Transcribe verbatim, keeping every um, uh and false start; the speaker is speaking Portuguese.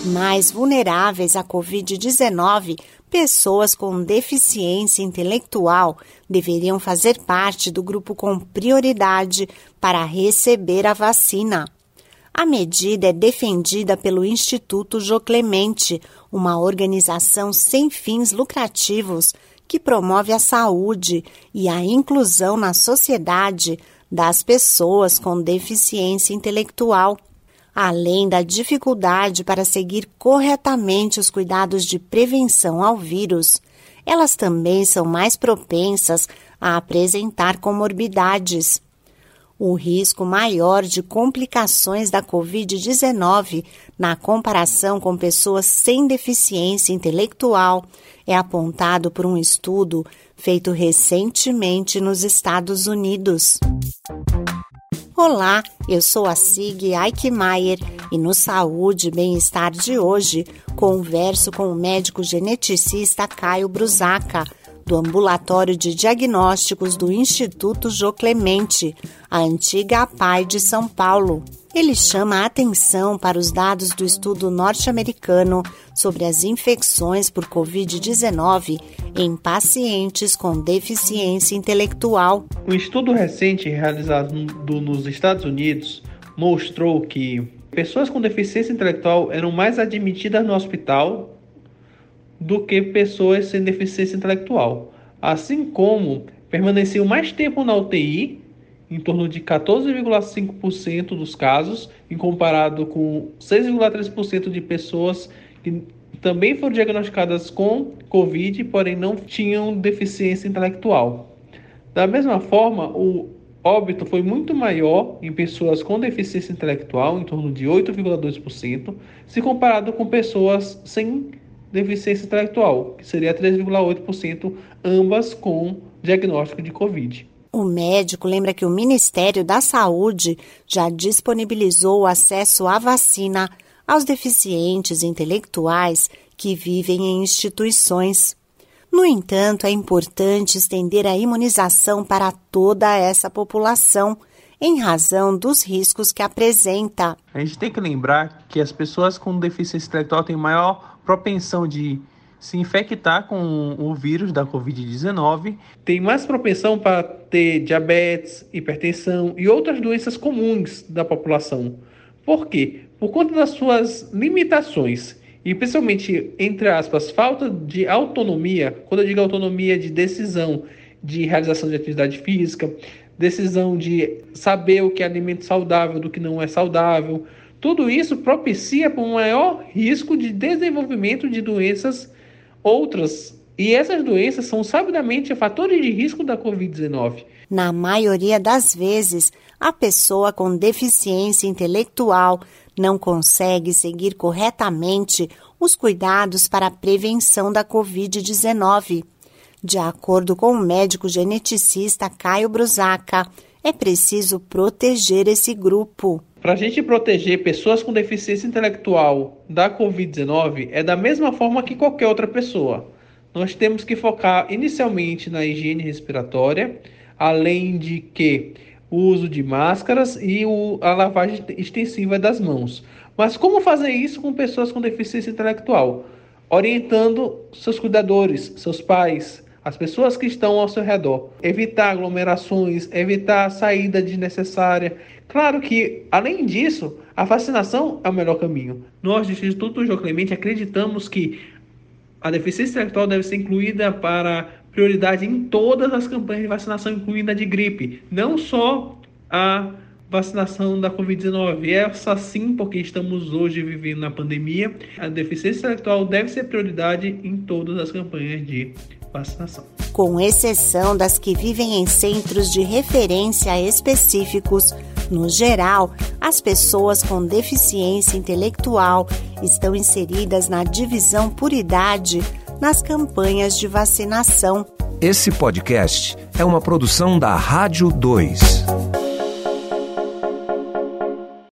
mais vulneráveis à covid dezenove, pessoas com deficiência intelectual deveriam fazer parte do grupo com prioridade para receber a vacina. A medida é defendida pelo Instituto Jô Clemente, uma organização sem fins lucrativos que promove a saúde e a inclusão na sociedade das pessoas com deficiência intelectual. Além da dificuldade para seguir corretamente os cuidados de prevenção ao vírus, elas também são mais propensas a apresentar comorbidades. O risco maior de complicações da covid dezenove na comparação com pessoas sem deficiência intelectual é apontado por um estudo feito recentemente nos Estados Unidos. Olá, eu sou a Sig Eichmeier e no Saúde e Bem-Estar de hoje converso com o médico geneticista Caio Brusaca, do Ambulatório de Diagnósticos do Instituto Jô Clemente, a antiga A P A I de São Paulo. Ele chama a atenção para os dados do estudo norte-americano sobre as infecções por covid dezenove em pacientes com deficiência intelectual. Um estudo recente realizado nos Estados Unidos mostrou que pessoas com deficiência intelectual eram mais admitidas no hospital do que pessoas sem deficiência intelectual, assim como permaneciam mais tempo na U T I, em torno de quatorze vírgula cinco por cento dos casos, em comparado com seis vírgula três por cento de pessoas que também foram diagnosticadas com Covid, porém não tinham deficiência intelectual. Da mesma forma, o óbito foi muito maior em pessoas com deficiência intelectual, em torno de oito vírgula dois por cento, se comparado com pessoas sem deficiência intelectual, que seria três vírgula oito por cento, ambas com diagnóstico de Covid. O médico lembra que o Ministério da Saúde já disponibilizou o acesso à vacina aos deficientes intelectuais que vivem em instituições. No entanto, é importante estender a imunização para toda essa população, em razão dos riscos que apresenta. A gente tem que lembrar que as pessoas com deficiência intelectual têm maior propensão de se infectar com o vírus da covid dezenove, tem mais propensão para ter diabetes, hipertensão e outras doenças comuns da população. Por quê? Por conta das suas limitações e principalmente, entre aspas, falta de autonomia. Quando eu digo autonomia, de decisão de realização de atividade física, decisão de saber o que é alimento saudável do que não é saudável. Tudo isso propicia para um maior risco de desenvolvimento de doenças outras. E essas doenças são sabidamente fatores de risco da covid dezenove. Na maioria das vezes, a pessoa com deficiência intelectual não consegue seguir corretamente os cuidados para a prevenção da covid dezenove. De acordo com o médico geneticista Caio Brusaca, é preciso proteger esse grupo. Para a gente proteger pessoas com deficiência intelectual da covid dezenove é da mesma forma que qualquer outra pessoa. Nós temos que focar inicialmente na higiene respiratória, além de que o uso de máscaras e o, a lavagem extensiva das mãos. Mas como fazer isso com pessoas com deficiência intelectual? Orientando seus cuidadores, seus pais, as pessoas que estão ao seu redor. Evitar aglomerações, evitar a saída desnecessária. Claro que, além disso, a vacinação é o melhor caminho. Nós, do Instituto Jô Clemente, acreditamos que a deficiência intelectual deve ser incluída para prioridade em todas as campanhas de vacinação, incluindo a de gripe. Não só a vacinação da covid dezenove. Essa sim, porque estamos hoje vivendo na pandemia. A deficiência intelectual deve ser prioridade em todas as campanhas de vacinação. Com exceção das que vivem em centros de referência específicos, no geral, as pessoas com deficiência intelectual estão inseridas na divisão por idade nas campanhas de vacinação. Esse podcast é uma produção da Rádio dois.